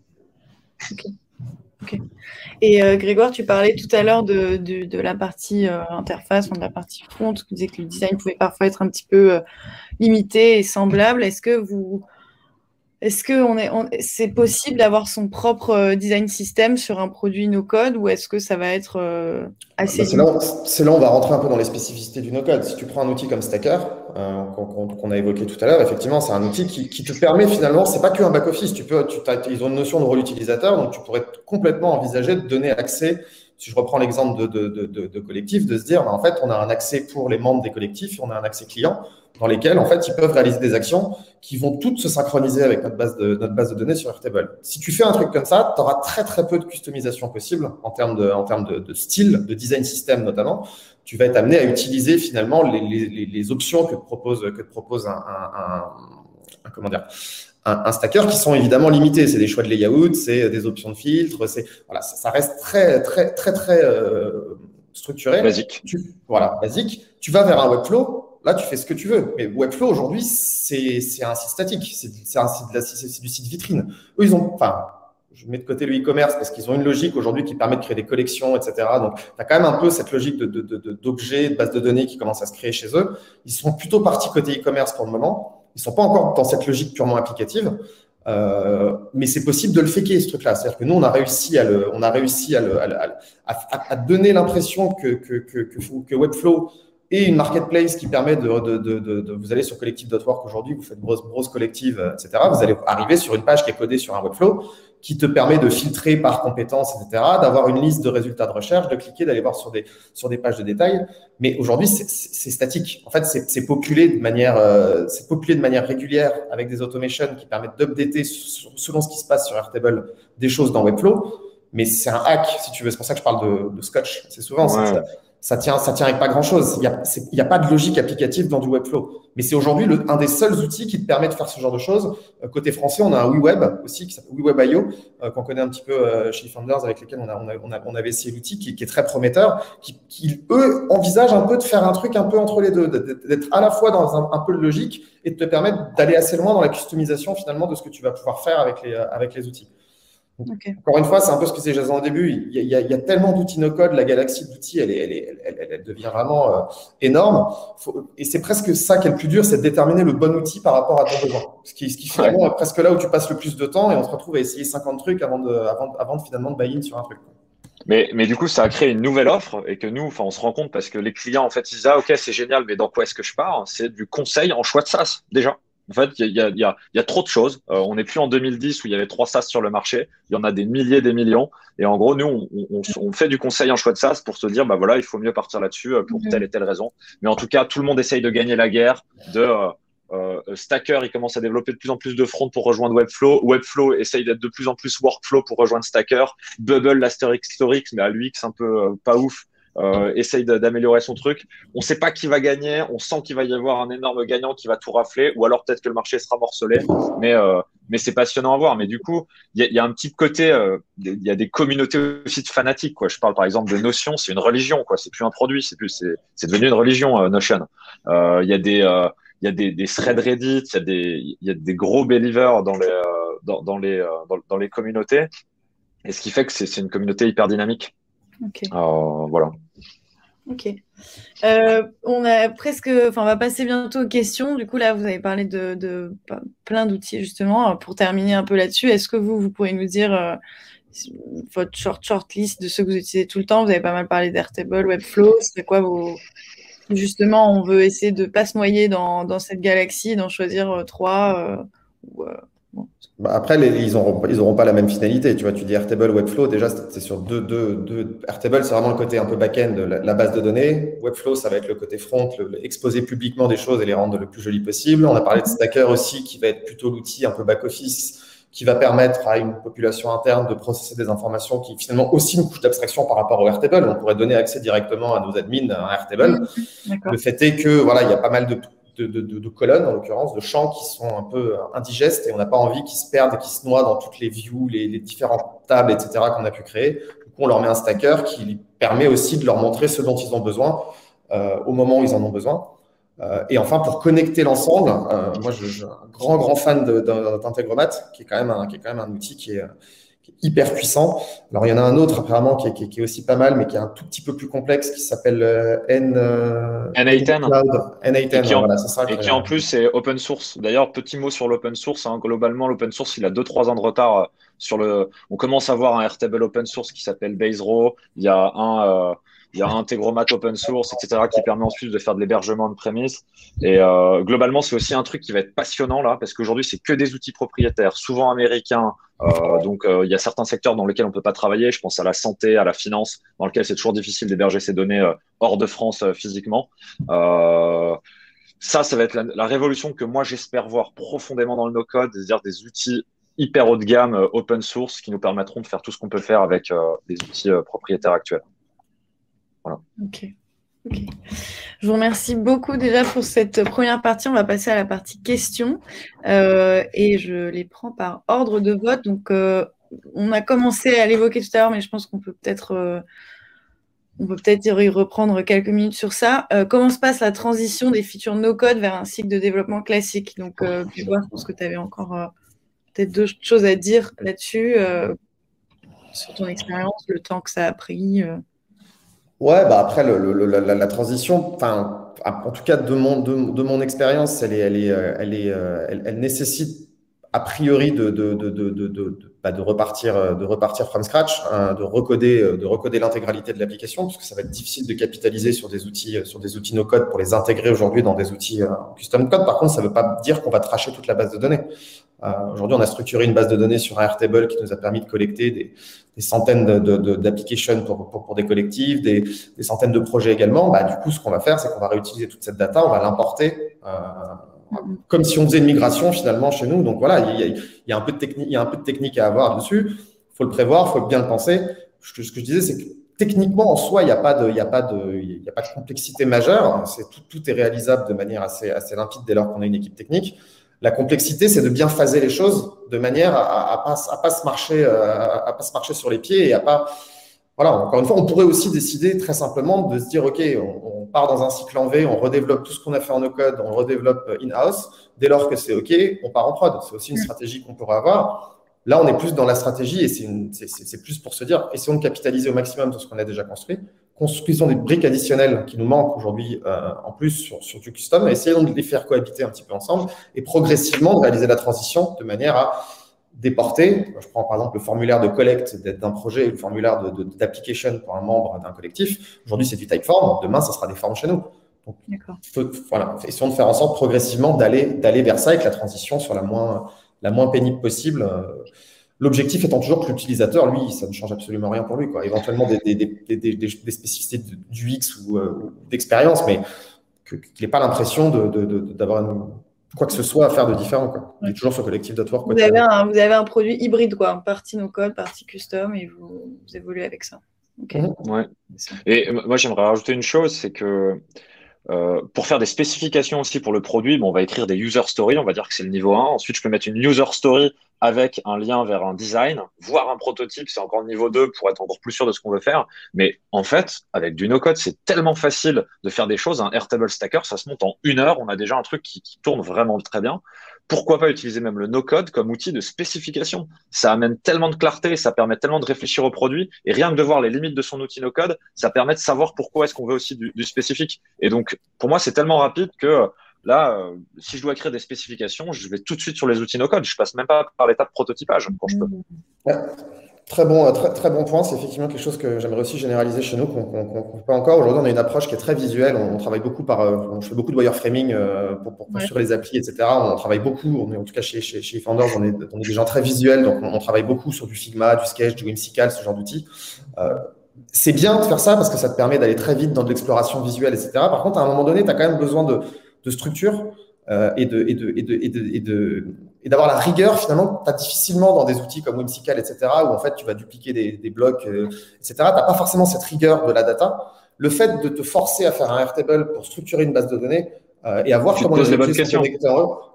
Okay. Et Grégoire, tu parlais tout à l'heure de la partie interface, de la partie front. Tu disais que le design pouvait parfois être un petit peu limité et semblable. Est-ce Est-ce que c'est possible d'avoir son propre design system sur un produit no-code ou est-ce que ça va être assez c'est là, où on va rentrer un peu dans les spécificités du no-code. Si tu prends un outil comme Stacker, qu'on a évoqué tout à l'heure, effectivement, c'est un outil qui te permet finalement, c'est pas qu'un back-office. Ils ont une notion de rôle utilisateur, donc tu pourrais complètement envisager de donner accès. Si je reprends l'exemple de collectif, de se dire, en fait, on a un accès pour les membres des collectifs, on a un accès client dans lesquels, en fait, ils peuvent réaliser des actions qui vont toutes se synchroniser avec notre base de données sur Airtable. Si tu fais un truc comme ça, tu auras très, très peu de customisation possible en termes de style, de design system notamment. Tu vas être amené à utiliser finalement les options que te propose un stacker qui sont évidemment limités. C'est des choix de layout, c'est des options de filtre, voilà, ça reste très, très, très, très structuré. Basique. Basique. Tu vas vers un Webflow. Là, tu fais ce que tu veux. Mais Webflow, aujourd'hui, c'est un site statique. C'est du site vitrine. Eux, je mets de côté le e-commerce parce qu'ils ont une logique aujourd'hui qui permet de créer des collections, etc. Donc, tu as quand même un peu cette logique d'objets, de base de données qui commence à se créer chez eux. Ils sont plutôt partis côté e-commerce pour le moment. Ils ne sont pas encore dans cette logique purement applicative. Mais c'est possible de le faker, ce truc-là. C'est-à-dire que nous, on a réussi à donner l'impression que Webflow et une marketplace qui permet vous allez sur collective.work aujourd'hui, vous faites grosse collective, etc. Vous allez arriver sur une page qui est codée sur un Webflow qui te permet de filtrer par compétences, etc., d'avoir une liste de résultats de recherche, de cliquer, d'aller voir sur des pages de détail. Mais aujourd'hui, c'est statique. En fait, c'est populé de manière régulière avec des automations qui permettent d'updater selon ce qui se passe sur Airtable des choses dans Webflow. Mais c'est un hack, si tu veux. C'est pour ça que je parle de Scotch. C'est souvent ça tient avec pas grand-chose. Il y a pas de logique applicative dans du Webflow. Mais c'est aujourd'hui un des seuls outils qui te permet de faire ce genre de choses. Côté français, on a un WeWeb aussi, qui s'appelle WeWeb.io, qu'on connaît un petit peu chez Founders, avec lesquels on avait essayé l'outil, qui est très prometteur, qui, eux, envisagent un peu de faire un truc un peu entre les deux, d'être à la fois dans un peu de logique et de te permettre d'aller assez loin dans la customisation, finalement, de ce que tu vas pouvoir faire avec les outils. Okay. Encore une fois, c'est un peu ce que c'est Jason au début. Il y a tellement d'outils no-code, la galaxie d'outils, elle devient vraiment énorme. Et c'est presque ça qui est le plus dur, c'est de déterminer le bon outil par rapport à ton besoin. Ce qui finalement est presque là où tu passes le plus de temps et on se retrouve à essayer 50 trucs avant de finalement de buy-in sur un truc. Mais du coup, ça a créé une nouvelle offre et que nous, on se rend compte parce que les clients, en fait, ils disent, ah, ok, c'est génial, mais dans quoi est-ce que je pars? C'est du conseil en choix de SaaS, déjà. En fait, il y a trop de choses. On n'est plus en 2010 où il y avait 3 SaaS sur le marché. Il y en a des milliers, des millions. Et en gros, nous, on fait du conseil en choix de SaaS pour se dire, bah voilà, il faut mieux partir là-dessus pour telle et telle raison. Mais en tout cas, tout le monde essaye de gagner la guerre. Stacker, il commence à développer de plus en plus de front pour rejoindre Webflow. Webflow essaye d'être de plus en plus workflow pour rejoindre Stacker. Bubble, l'Asterix, mais à l'UX un peu pas ouf. Essaye d'améliorer son truc. On ne sait pas qui va gagner. On sent qu'il va y avoir un énorme gagnant qui va tout rafler, ou alors peut-être que le marché sera morcelé. Mais c'est passionnant à voir. Mais du coup, il y a un petit côté. Il y a des communautés aussi de fanatiques, quoi. Je parle par exemple de Notion. C'est une religion, quoi. C'est plus un produit. C'est devenu une religion, Notion. Il y a des threads Reddit. Il y a des gros believers dans les communautés. Et ce qui fait que c'est une communauté hyper dynamique. Okay. Voilà. Ok. On va passer bientôt aux questions. Du coup, là, vous avez parlé de plein d'outils, justement. Pour terminer un peu là-dessus, est-ce que vous pourriez nous dire votre short list de ceux que vous utilisez tout le temps? Vous avez pas mal parlé d'Airtable, Webflow. C'est quoi Justement, on veut essayer de ne pas se noyer dans cette galaxie, d'en choisir 3 Bon. Après, ils auront pas la même finalité. Tu vois, tu dis Airtable, Webflow, déjà, c'est sur deux. Airtable, c'est vraiment le côté un peu back-end de la base de données. Webflow, ça va être le côté front, exposer publiquement des choses et les rendre le plus joli possible. On a parlé de Stacker aussi, qui va être plutôt l'outil un peu back-office, qui va permettre à une population interne de processer des informations qui finalement aussi une couche d'abstraction par rapport au Airtable. On pourrait donner accès directement à nos admins à Airtable. Le fait est que, voilà, il y a pas mal de colonnes, en l'occurrence, de champs qui sont un peu indigestes et on n'a pas envie qu'ils se perdent et qu'ils se noient dans toutes les views, les différentes tables, etc. qu'on a pu créer. Du coup, on leur met un stacker qui permet aussi de leur montrer ce dont ils ont besoin au moment où ils en ont besoin. Et enfin, pour connecter l'ensemble, moi, je suis un grand fan d'Integromat, qui est quand même un outil qui hyper puissant. Alors, il y en a un autre apparemment qui est aussi pas mal, mais qui est un tout petit peu plus complexe, qui s'appelle N8N. N8N, voilà, c'est ça. Et qui en plus est open source. D'ailleurs, petit mot sur l'open source. Globalement, l'open source, il a 2-3 ans de retard sur le. On commence à voir un Airtable open source qui s'appelle Baserow. Il y a un Integromat open source, etc., qui permet ensuite de faire de l'hébergement on-premise. Et globalement, c'est aussi un truc qui va être passionnant là, parce qu'aujourd'hui, c'est que des outils propriétaires, souvent américains. Donc, il y a certains secteurs dans lesquels on peut pas travailler. Je pense à la santé, à la finance, dans lesquels c'est toujours difficile d'héberger ces données hors de France physiquement. Ça va être la révolution que moi, j'espère voir profondément dans le no-code, c'est-à-dire des outils hyper haut de gamme, open source, qui nous permettront de faire tout ce qu'on peut faire avec des outils propriétaires actuels. Voilà. Ok. Je vous remercie beaucoup déjà pour cette première partie. On va passer à la partie questions et je les prends par ordre de vote. Donc, on a commencé à l'évoquer tout à l'heure, mais je pense qu'on peut peut-être y reprendre quelques minutes sur ça. Comment se passe la transition des features no-code vers un cycle de développement classique? Donc, je pense que tu avais encore peut-être d'autres choses à dire là-dessus, sur ton expérience, le temps que ça a pris. Ouais, après la transition, enfin, en tout cas de mon expérience, elle nécessite a priori de repartir from scratch, hein, de recoder l'intégralité de l'application, parce que ça va être difficile de capitaliser sur des outils no code pour les intégrer aujourd'hui dans des outils custom code. Par contre, ça ne veut pas dire qu'on va tracher toute la base de données. Aujourd'hui, on a structuré une base de données sur Airtable qui nous a permis de collecter des centaines d'applications pour des collectifs, des centaines de projets également. Du coup, ce qu'on va faire, c'est qu'on va réutiliser toute cette data, on va l'importer comme si on faisait une migration finalement chez nous. Donc voilà, il y a un peu de technique à avoir dessus. Il faut le prévoir, il faut bien le penser. Ce que je disais, c'est que techniquement, en soi, il n'y a pas de complexité majeure. Tout est réalisable de manière assez limpide dès lors qu'on a une équipe technique. La complexité, c'est de bien phaser les choses de manière à pas se marcher sur les pieds et à pas. Voilà, encore une fois, on pourrait aussi décider très simplement de se dire, OK, on part dans un cycle en V, on redéveloppe tout ce qu'on a fait en no-code, on redéveloppe in-house. Dès lors que c'est OK, on part en prod. C'est aussi une stratégie qu'on pourrait avoir. Là, on est plus dans la stratégie et c'est plus pour se dire, essayons de capitaliser au maximum tout ce qu'on a déjà construit. Construisons des briques additionnelles qui nous manquent aujourd'hui en plus sur du custom, essayons de les faire cohabiter un petit peu ensemble et progressivement de réaliser la transition de manière à déporter. Je prends par exemple le formulaire de collecte d'un projet, le formulaire d'application pour un membre d'un collectif. Aujourd'hui, c'est du typeform. Demain, ça sera des formes chez nous. Donc, voilà, essayons de faire en sorte progressivement d'aller vers ça avec la transition sur la moins pénible possible. L'objectif étant toujours que l'utilisateur, lui, ça ne change absolument rien pour lui, quoi. Éventuellement des spécificités du X ou d'expérience, mais qu'il n'ait pas l'impression d'avoir quoi que ce soit à faire de différent, quoi. Il est toujours sur collectif.work. Vous avez un produit hybride, quoi, partie no-code, partie custom, et vous évoluez avec ça. Okay. Ouais. Et moi, j'aimerais rajouter une chose, c'est que pour faire des spécifications aussi pour le produit, on va écrire des user stories, on va dire que c'est le niveau 1. Ensuite, je peux mettre une user story avec un lien vers un design, voire un prototype, c'est encore le niveau 2 pour être encore plus sûr de ce qu'on veut faire. Mais en fait, avec du no-code, c'est tellement facile de faire des choses. Un Airtable Stacker, ça se monte en 1 heure. On a déjà un truc qui tourne vraiment très bien. Pourquoi pas utiliser même le no-code comme outil de spécification? Ça amène tellement de clarté, ça permet tellement de réfléchir au produit. Et rien que de voir les limites de son outil no-code, ça permet de savoir pourquoi est-ce qu'on veut aussi du spécifique. Et donc, pour moi, c'est tellement rapide que là, si je dois écrire des spécifications, je vais tout de suite sur les outils no-code. Je passe même pas par l'étape prototypage quand je peux. Ouais. Très bon point. C'est effectivement quelque chose que j'aimerais aussi généraliser chez nous, qu'on ne fait pas encore. Aujourd'hui, on a une approche qui est très visuelle. On travaille beaucoup je fais beaucoup de wireframing pour construire les applis, etc. On travaille beaucoup. En tout cas, chez Founders, on est des gens très visuels. Donc, on travaille beaucoup sur du Figma, du Sketch, du Whimsical, ce genre d'outils. C'est bien de faire ça parce que ça te permet d'aller très vite dans de l'exploration visuelle, etc. Par contre, à un moment donné, tu as quand même besoin de structure et d'avoir la rigueur finalement que tu as difficilement dans des outils comme Whimsical, etc., où en fait tu vas dupliquer des blocs, etc. Tu n'as pas forcément cette rigueur de la data. Le fait de te forcer à faire un Airtable pour structurer une base de données et à voir comment les objets sont connectés en eux,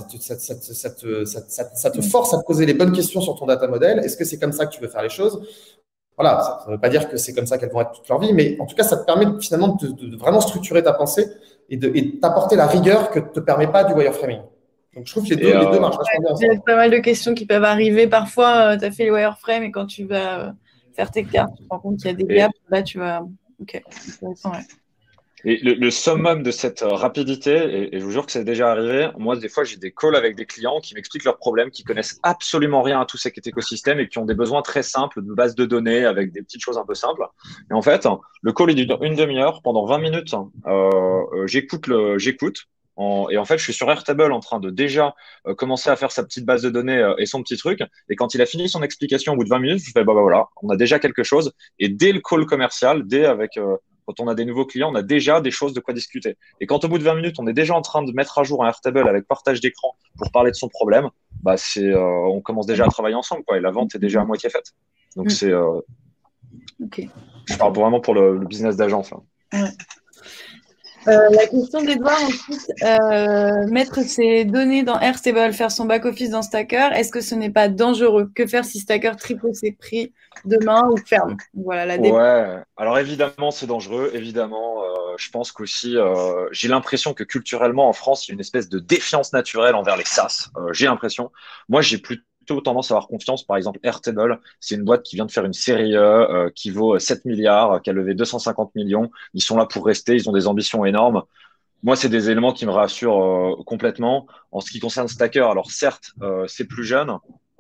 ça te force à te poser les bonnes questions sur ton data model. Est-ce que c'est comme ça que tu veux faire les choses? Voilà, ça ne veut pas dire que c'est comme ça qu'elles vont être toute leur vie, mais en tout cas, ça te permet finalement de vraiment structurer ta pensée et t'apporter la rigueur que ne te permet pas du wireframing. Donc, je trouve que les deux marchent vachement bien. Il y a pas mal de questions qui peuvent arriver. Parfois, tu as fait les wireframes et quand tu vas faire tes cartes, tu te rends compte qu'il y a des gaps. Là, tu vas… Ok, intéressant, ouais. Et le summum de cette rapidité, et je vous jure que c'est déjà arrivé, moi, des fois, j'ai des calls avec des clients qui m'expliquent leurs problèmes, qui connaissent absolument rien à tout cet écosystème et qui ont des besoins très simples de base de données avec des petites choses un peu simples. Et en fait, le call, il dure une demi-heure. Pendant 20 minutes, j'écoute. Et en fait, je suis sur Airtable en train de déjà commencer à faire sa petite base de données et son petit truc. Et quand il a fini son explication au bout de 20 minutes, je fais, bah voilà, on a déjà quelque chose. Et dès le call commercial, quand on a des nouveaux clients, on a déjà des choses de quoi discuter. Et quand au bout de 20 minutes, on est déjà en train de mettre à jour un Airtable avec partage d'écran pour parler de son problème, bah on commence déjà à travailler ensemble, quoi. Et la vente est déjà à moitié faite. Donc Ok. Je parle vraiment pour le business d'agence. Ouais. La question d'Edouard ensuite, mettre ses données dans Airtable, faire son back-office dans Stacker, est-ce que ce n'est pas dangereux? Que faire si Stacker triple ses prix demain ou ferme? Voilà, ouais, alors évidemment, c'est dangereux. Évidemment, je pense qu'aussi, j'ai l'impression que culturellement, en France, il y a une espèce de défiance naturelle envers les SaaS. J'ai l'impression. Moi, j'ai plutôt tendance à avoir confiance. Par exemple, Airtable, c'est une boîte qui vient de faire une série E qui vaut 7 milliards, qui a levé 250 millions. Ils sont là pour rester, ils ont des ambitions énormes. Moi, c'est des éléments qui me rassurent complètement. En ce qui concerne Stacker, alors certes, c'est plus jeune,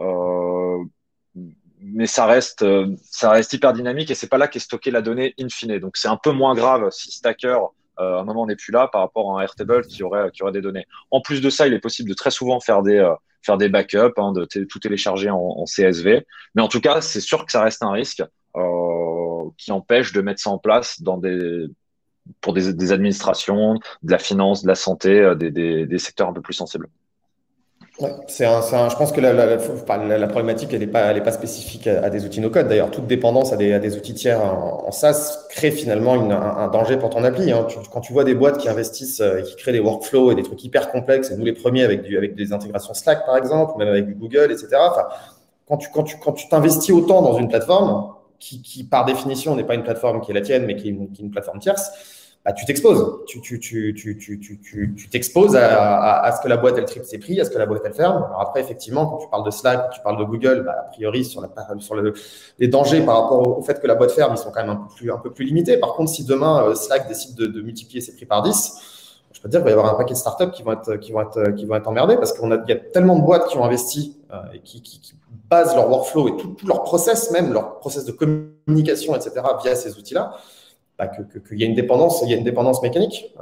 mais ça reste hyper dynamique et c'est pas là qu'est stockée la donnée in fine. Donc, c'est un peu moins grave si Stacker, à un moment, n'est plus là par rapport à un Airtable qui aurait des données. En plus de ça, il est possible de très souvent faire des backups, tout télécharger en CSV. Mais en tout cas, c'est sûr que ça reste un risque qui empêche de mettre ça en place pour des administrations, de la finance, de la santé, des secteurs un peu plus sensibles. Ouais, je pense que la problématique, elle n'est pas spécifique à des outils no-code. D'ailleurs, toute dépendance à des outils tiers en SaaS crée finalement un danger pour ton appli. Hein. Quand tu vois des boîtes qui investissent et qui créent des workflows et des trucs hyper complexes, et nous les premiers avec des intégrations Slack par exemple, même avec du Google, etc. Enfin, quand tu t'investis autant dans une plateforme qui par définition n'est pas une plateforme qui est la tienne, mais qui est une plateforme tierce, bah, tu t'exposes. Tu t'exposes à ce que la boîte, elle triple ses prix, à ce que la boîte, elle ferme. Alors après, effectivement, quand tu parles de Slack, quand tu parles de Google, bah, a priori, sur les dangers par rapport au fait que la boîte ferme, ils sont quand même un peu plus limités. Par contre, si demain, Slack décide de multiplier ses prix par 10, je peux te dire qu'il va y avoir un paquet de startups qui vont être emmerdés parce qu'il y a tellement de boîtes qui ont investi et qui basent leur workflow et tout leur process, même leur process de communication, etc., via ces outils-là. Qu'il y a une dépendance mécanique.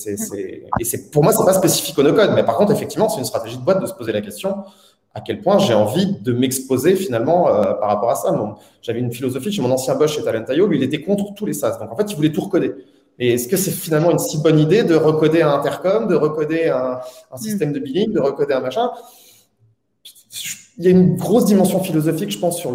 Pour moi, c'est pas spécifique au no-code, mais par contre, effectivement, c'est une stratégie de boîte de se poser la question à quel point j'ai envie de m'exposer finalement par rapport à ça. J'avais une philosophie chez mon ancien boss chez Talent.io, lui, il était contre tous les SaaS. Donc en fait, il voulait tout recoder. Et est-ce que c'est finalement une si bonne idée de recoder un intercom, de recoder un système de billing, de recoder un machin? Il y a une grosse dimension philosophique, je pense,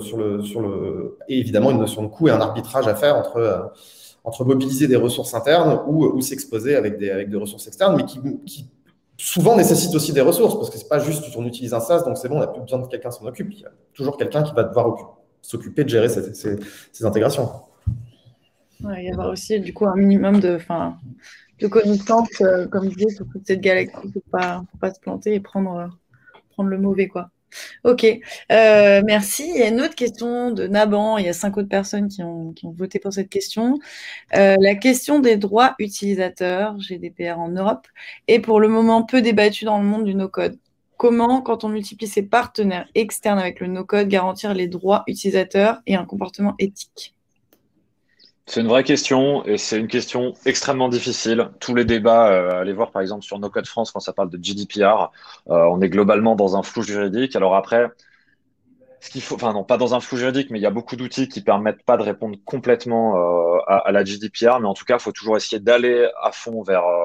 et évidemment une notion de coût et un arbitrage à faire entre mobiliser des ressources internes ou s'exposer avec des ressources externes, mais qui souvent nécessitent aussi des ressources, parce que c'est pas juste on utilise un SaaS, donc c'est bon, on n'a plus besoin de quelqu'un s'en occupe. Il y a toujours quelqu'un qui va devoir s'occuper de gérer ces intégrations. Ouais, il y avoir aussi du coup un minimum de connaissances, comme je disais, sur toute cette galaxie, faut pas se planter et prendre le mauvais, quoi. Ok, merci. Il y a une autre question de Naban. Il y a 5 autres personnes qui ont voté pour cette question. La question des droits utilisateurs, GDPR en Europe, est pour le moment peu débattue dans le monde du no-code. Comment, quand on multiplie ses partenaires externes avec le no-code, garantir les droits utilisateurs et un comportement éthique? C'est une vraie question et c'est une question extrêmement difficile. Tous les débats, allez voir par exemple sur No Code France quand ça parle de GDPR, on est globalement dans un flou juridique. Alors après, enfin non, pas dans un flou juridique, mais il y a beaucoup d'outils qui permettent pas de répondre complètement à la GDPR, mais en tout cas, il faut toujours essayer d'aller à fond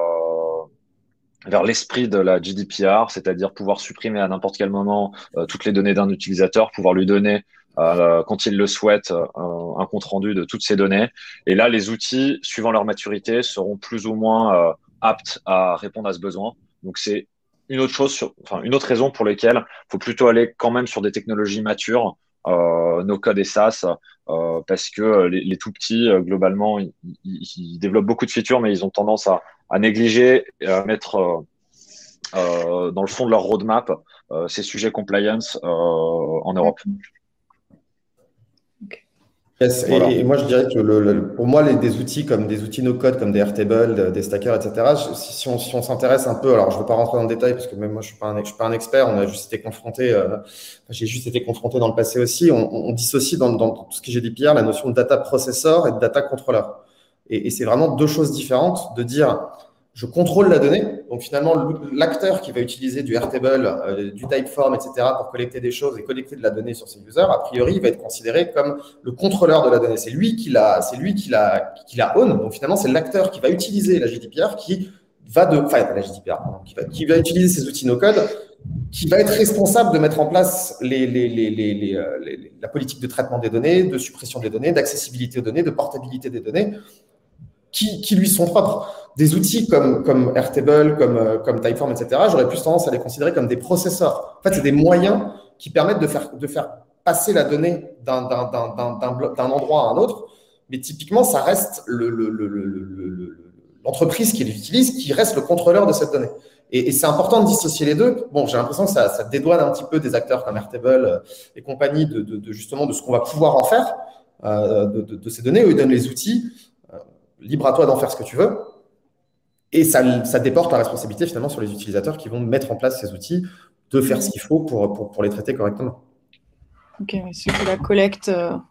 vers l'esprit de la GDPR, c'est-à-dire pouvoir supprimer à n'importe quel moment toutes les données d'un utilisateur, pouvoir lui donner quand il le souhaite, un compte rendu de toutes ces données. Et là, les outils, suivant leur maturité, seront plus ou moins aptes à répondre à ce besoin. Donc, c'est une autre raison pour laquelle il faut plutôt aller quand même sur des technologies matures, no code et SaaS, parce que les tout petits, globalement, ils développent beaucoup de features, mais ils ont tendance à négliger, à mettre dans le fond de leur roadmap ces sujets compliance en Europe. Yes. Voilà. Et moi, je dirais que pour moi, des outils comme des outils no-code, comme des Airtable, des Stacker, etc., si on s'intéresse un peu, alors je ne veux pas rentrer dans le détail parce que même moi, je suis pas un expert, on a juste été confronté, j'ai juste été confronté dans le passé aussi, on dissocie dans tout ce que j'ai dit Pierre, la notion de data processor et de data controller. Et c'est vraiment deux choses différentes de dire, je contrôle la donnée. Donc finalement, l'acteur qui va utiliser du Airtable, du Typeform, etc., pour collecter des choses et collecter de la donnée sur ses users, a priori, il va être considéré comme le contrôleur de la donnée. C'est lui qui la own. Donc finalement, c'est l'acteur qui va utiliser la GDPR qui va utiliser ces outils no-code, qui va être responsable de mettre en place la politique de traitement des données, de suppression des données, d'accessibilité aux données, de portabilité des données, qui lui sont propres. Des outils comme Airtable, comme Typeform, etc., j'aurais plus tendance à les considérer comme des processeurs. En fait, c'est des moyens qui permettent de faire passer la donnée d'un endroit à un autre. Mais typiquement, ça reste l'entreprise qui l'utilise, qui reste le contrôleur de cette donnée. Et c'est important de dissocier les deux. Bon, j'ai l'impression que ça dédouane un petit peu des acteurs comme Airtable et compagnie justement de ce qu'on va pouvoir en faire de ces données. Eux, ils donnent les outils. Libre à toi d'en faire ce que tu veux. Et ça déporte la responsabilité finalement sur les utilisateurs qui vont mettre en place ces outils, de faire ce qu'il faut pour les traiter correctement. Ok, c'est que la collecte.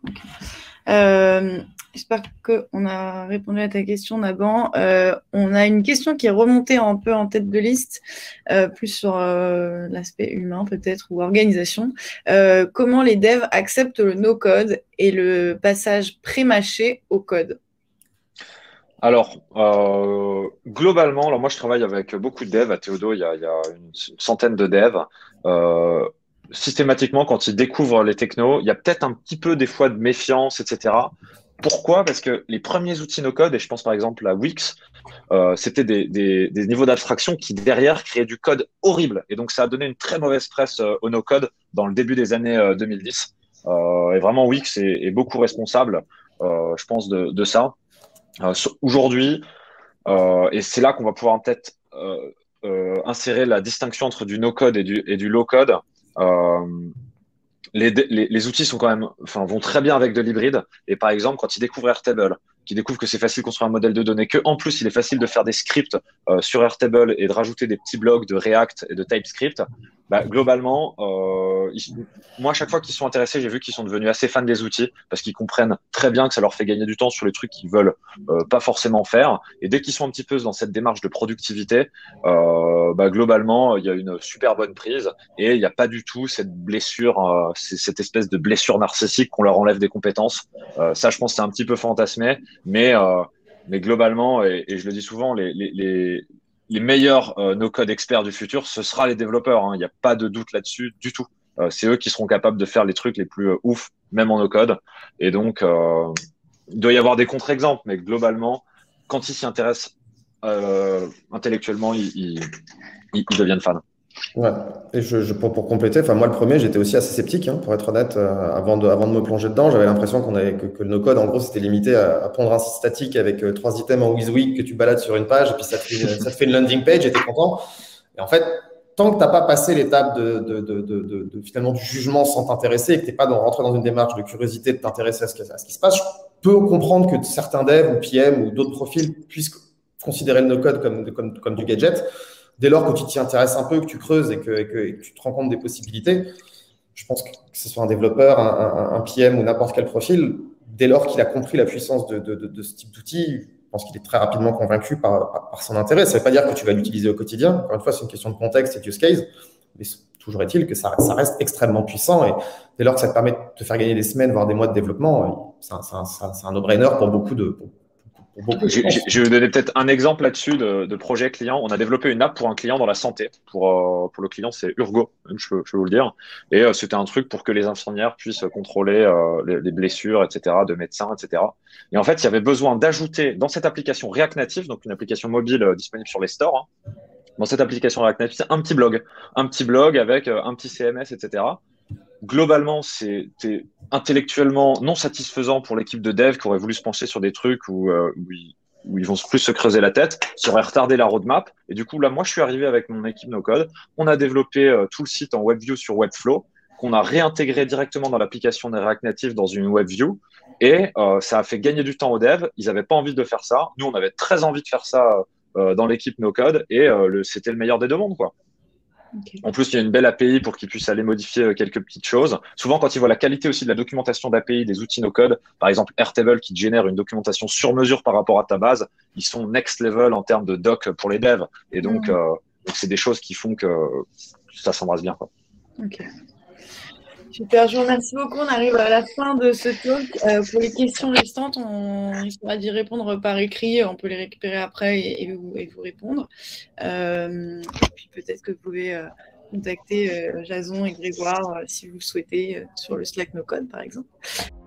J'espère qu'on a répondu à ta question, Naban. On a une question qui est remontée un peu en tête de liste, plus sur l'aspect humain peut-être ou organisation. Comment les devs acceptent le no-code et le passage pré-mâché au code? Alors, globalement, alors moi je travaille avec beaucoup de devs. À Théodo, il y a une centaine de devs. Systématiquement, quand ils découvrent les technos, il y a peut-être un petit peu des fois de méfiance, etc. Pourquoi? Parce que les premiers outils no-code, et je pense par exemple à Wix, c'était des niveaux d'abstraction qui derrière créaient du code horrible. Et donc ça a donné une très mauvaise presse au no-code dans le début des années 2010. Et vraiment, Wix est beaucoup responsable, je pense, de ça. Aujourd'hui, et c'est là qu'on va pouvoir peut-être insérer la distinction entre du no-code et du low-code. Euh, les outils sont quand même, enfin, vont très bien avec de l'hybride. Et par exemple, quand ils découvrent Airtable, qu'ils découvrent que c'est facile de construire un modèle de données, que en plus il est facile de faire des scripts sur Airtable et de rajouter des petits blocs de React et de TypeScript, bah, globalement, moi, à chaque fois qu'ils sont intéressés, j'ai vu qu'ils sont devenus assez fans des outils parce qu'ils comprennent très bien que ça leur fait gagner du temps sur les trucs qu'ils veulent pas forcément faire. Et dès qu'ils sont un petit peu dans cette démarche de productivité, bah, globalement, il y a une super bonne prise et il n'y a pas du tout cette blessure, cette espèce de blessure narcissique qu'on leur enlève des compétences. Ça, je pense, c'est un petit peu fantasmé, mais globalement, et je le dis souvent, les meilleurs no-code experts du futur, ce sera les développeurs. Il n'y a pas de doute là-dessus du tout. C'est eux qui seront capables de faire les trucs les plus ouf, même en no-code. Et donc, il doit y avoir des contre-exemples, mais globalement, quand ils s'y intéressent intellectuellement, ils deviennent fans. Ouais. Et pour compléter, enfin moi le premier, j'étais aussi assez sceptique, hein, pour être honnête, avant de me plonger dedans. J'avais l'impression que le no-code, en gros, c'était limité à prendre un site statique avec 3 items en WYSIWYG que tu balades sur une page et puis ça te fait une landing page et t'es content. Et en fait, tant que t'as pas passé l'étape finalement du jugement sans t'intéresser et que t'es pas rentré dans une démarche de curiosité de t'intéresser à ce qui se passe, je peux comprendre que certains devs ou PM ou d'autres profils puissent considérer le no-code comme du gadget. Dès lors que tu t'y intéresses un peu, que tu creuses et que tu te rends compte des possibilités, je pense que ce soit un développeur, un PM ou n'importe quel profil, dès lors qu'il a compris la puissance de ce type d'outil, je pense qu'il est très rapidement convaincu par son intérêt. Ça ne veut pas dire que tu vas l'utiliser au quotidien. Encore une fois, c'est une question de contexte et de use case. Mais toujours est-il que ça reste extrêmement puissant. Et dès lors que ça te permet de te faire gagner des semaines, voire des mois de développement, c'est un no-brainer pour beaucoup de... Je vais vous donner peut-être un exemple là-dessus de projet client. On a développé une app pour un client dans la santé. Pour le client, c'est Urgo, je peux vous le dire. Et c'était un truc pour que les infirmières puissent contrôler les blessures, etc., de médecins, etc. Et en fait, il y avait besoin d'ajouter dans cette application React Native, donc une application mobile disponible sur les stores, hein, dans cette application React Native, un petit blog avec un petit CMS, etc. Globalement, c'était intellectuellement non satisfaisant pour l'équipe de dev qui aurait voulu se pencher sur des trucs où où ils vont plus se creuser la tête, ça aurait retardé la roadmap. Et du coup, là, moi, je suis arrivé avec mon équipe no code. On a développé tout le site en WebView sur Webflow, qu'on a réintégré directement dans l'application des React Native dans une WebView. Et ça a fait gagner du temps aux devs. Ils n'avaient pas envie de faire ça. Nous, on avait très envie de faire ça dans l'équipe no code. Et c'était le meilleur des deux mondes, quoi. Okay. En plus, il y a une belle API pour qu'ils puissent aller modifier quelques petites choses. Souvent, quand ils voient la qualité aussi de la documentation d'API des outils no-code, par exemple Airtable qui génère une documentation sur mesure par rapport à ta base, ils sont next level en termes de doc pour les devs. Et donc, c'est des choses qui font que ça s'embrasse bien, quoi. Ok. Super, je vous remercie beaucoup. On arrive à la fin de ce talk. Pour les questions restantes, on essaiera d'y répondre par écrit. On peut les récupérer après et vous répondre. Et puis peut-être que vous pouvez contacter Jason et Grégoire si vous le souhaitez sur le Slack No Code, par exemple.